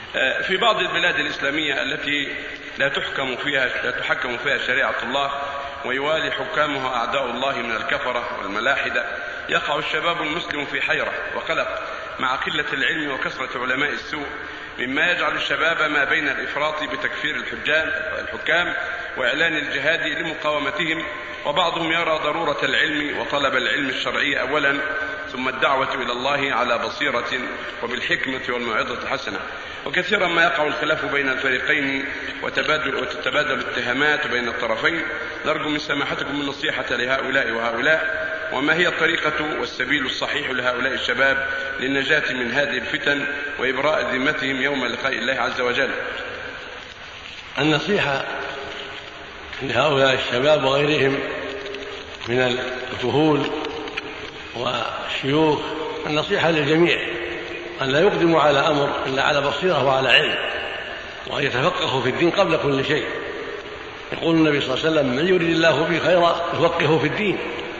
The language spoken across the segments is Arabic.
في بعض البلاد الإسلامية التي لا تحكم فيها شريعة الله ويوالي حكامها أعداء الله من الكفرة والملاحدة، يقع الشباب المسلم في حيرة وقلق مع قلة العلم وكثرة علماء السوء، مما يجعل الشباب ما بين الإفراط بتكفير الحكام وإعلان الجهاد لمقاومتهم، وبعضهم يرى ضرورة العلم وطلب العلم الشرعي أولا ثم الدعوة إلى الله على بصيرة وبالحكمة والموعظة الحسنة. وكثيرا ما يقع الخلاف بين الفريقين وتتبادل الاتهامات بين الطرفين. نرجو من سماحتكم النصيحة لهؤلاء وهؤلاء، وما هي الطريقة والسبيل الصحيح لهؤلاء الشباب للنجاة من هذه الفتن وإبراء ذمتهم يوم لقاء الله عز وجل؟ النصيحة لهؤلاء الشباب وغيرهم من الكهول والشيوخ، النصيحة للجميع أن لا يقدموا على أمر إلا على بصيرة وعلى علم، وأن يتفقهوا في الدين قبل كل شيء. يقول النبي صلى الله عليه وسلم: من يريد الله به خيرا يفقهه في الدين.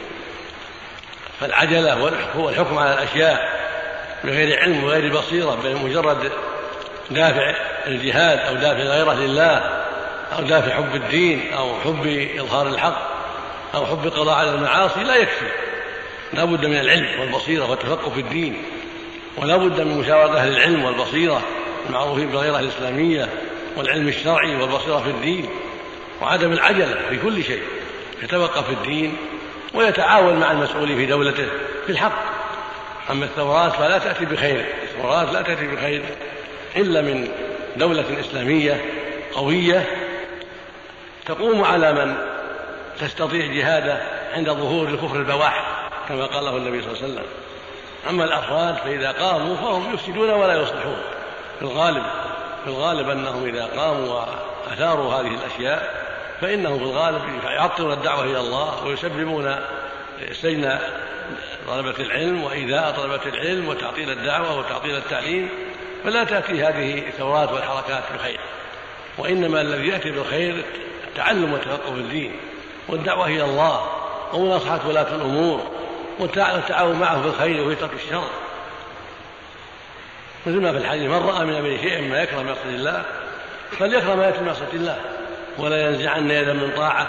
فالعجلة والحكم على الأشياء بغير علم وغير بصيرة بمجرد دافع الجهاد أو دافع غيره لله أو دافع حب الدين أو حب إظهار الحق أو حب القضاء على المعاصي لا يكفي. لا بد من العلم والبصيرة والتفقه في الدين، ولا بد من مشاورة أهل العلم والبصيرة المعروفين بالغيرة الإسلامية والعلم الشرعي والبصيرة في الدين، وعدم العجلة في كل شيء. يتفقه في الدين ويتعاون مع المسؤولين في دولته في الحق. أما الثورات فلا تأتي بخير، الثورات لا تأتي بخير إلا من دولة إسلامية قوية تقوم على من تستطيع جهاده عند ظهور الكفر البواح كما قال له النبي صلى الله عليه وسلم. أما الأفراد فإذا قاموا فهم يفسدون ولا يصلحون. في الغالب أنهم إذا قاموا وأثاروا هذه الأشياء فإنهم في الغالب يعطلون الدعوة إلى الله ويسببون سجن طلبة العلم وإيذاء طلبة العلم وتعطيل الدعوة وتعطيل التعليم. فلا تأتي هذه الثورات والحركات بخير، وإنما الذي يأتي بالخير التعلم والتفقه في الدين والدعوة إلى الله ومناصحة ولاة الأمور والتعاون معه في الخير وفي ترك الشر. مثل ما في الحديث: من رأى من أمر شيء ما يكره من معصية الله فليكره ما يكره من معصية الله، ولا ينزعن يدا من طاعة،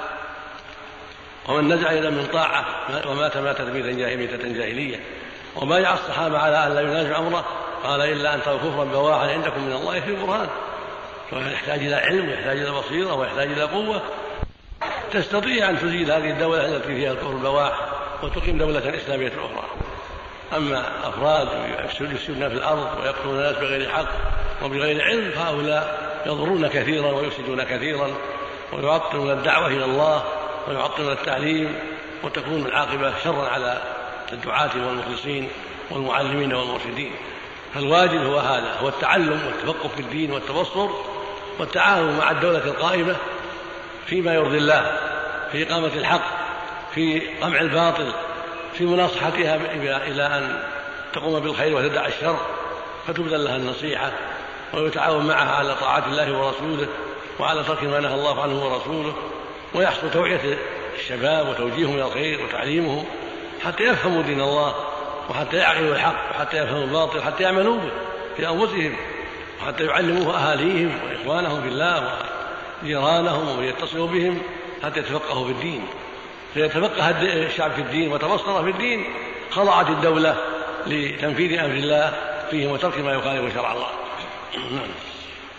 ومن نزع يدا من طاعة ومات ميتة جاهلية. وما جعل الصحابة على أن لا ينازع أمره قال: إلا أن تروا كفرا بواحا عندكم من الله في برهان. فيحتاج إلى علم ويحتاج إلى بصيرة ويحتاج إلى قوة تستطيع أن تزيل هذه الدولة التي فيها الكفر البواح وتقيم دولة إسلامية أخرى. أما أفراد يفسدون في الأرض ويقتلون الناس بغير حق وبغير علم فهؤلاء يضرون كثيرا ويفسدون كثيرا ويعطلون الدعوة إلى الله ويعطلون التعليم، وتكون العاقبة شرا على الدعاة والمخلصين والمعلمين والمرشدين. فالواجب هو هذا، هو التعلم والتفقه في الدين والتبصر والتعاون مع الدولة القائمة فيما يرضي الله، في إقامة الحق، في قمع الباطل، في مناصحتها إلى أن تقوم بالخير وتدع الشر، فتبذل لها النصيحة ويتعاون معها على طاعة الله ورسوله وعلى ترك ما نهى الله عنه ورسوله، ويحصل توعية الشباب وتوجيههم إلى الخير وتعليمهم حتى يفهموا دين الله وحتى يعقلوا الحق وحتى يفهموا الباطل حتى يعملوا به في أنفسهم وحتى يعلموه أهاليهم وإخوانهم في الله وجيرانهم ويتصلوا بهم حتى يتفقهوا في الدين. فيتفقه الشعب في الدين وتبصر في الدين خضعت الدولة لتنفيذ أمر الله فيهم وترك ما يخالف شرع الله.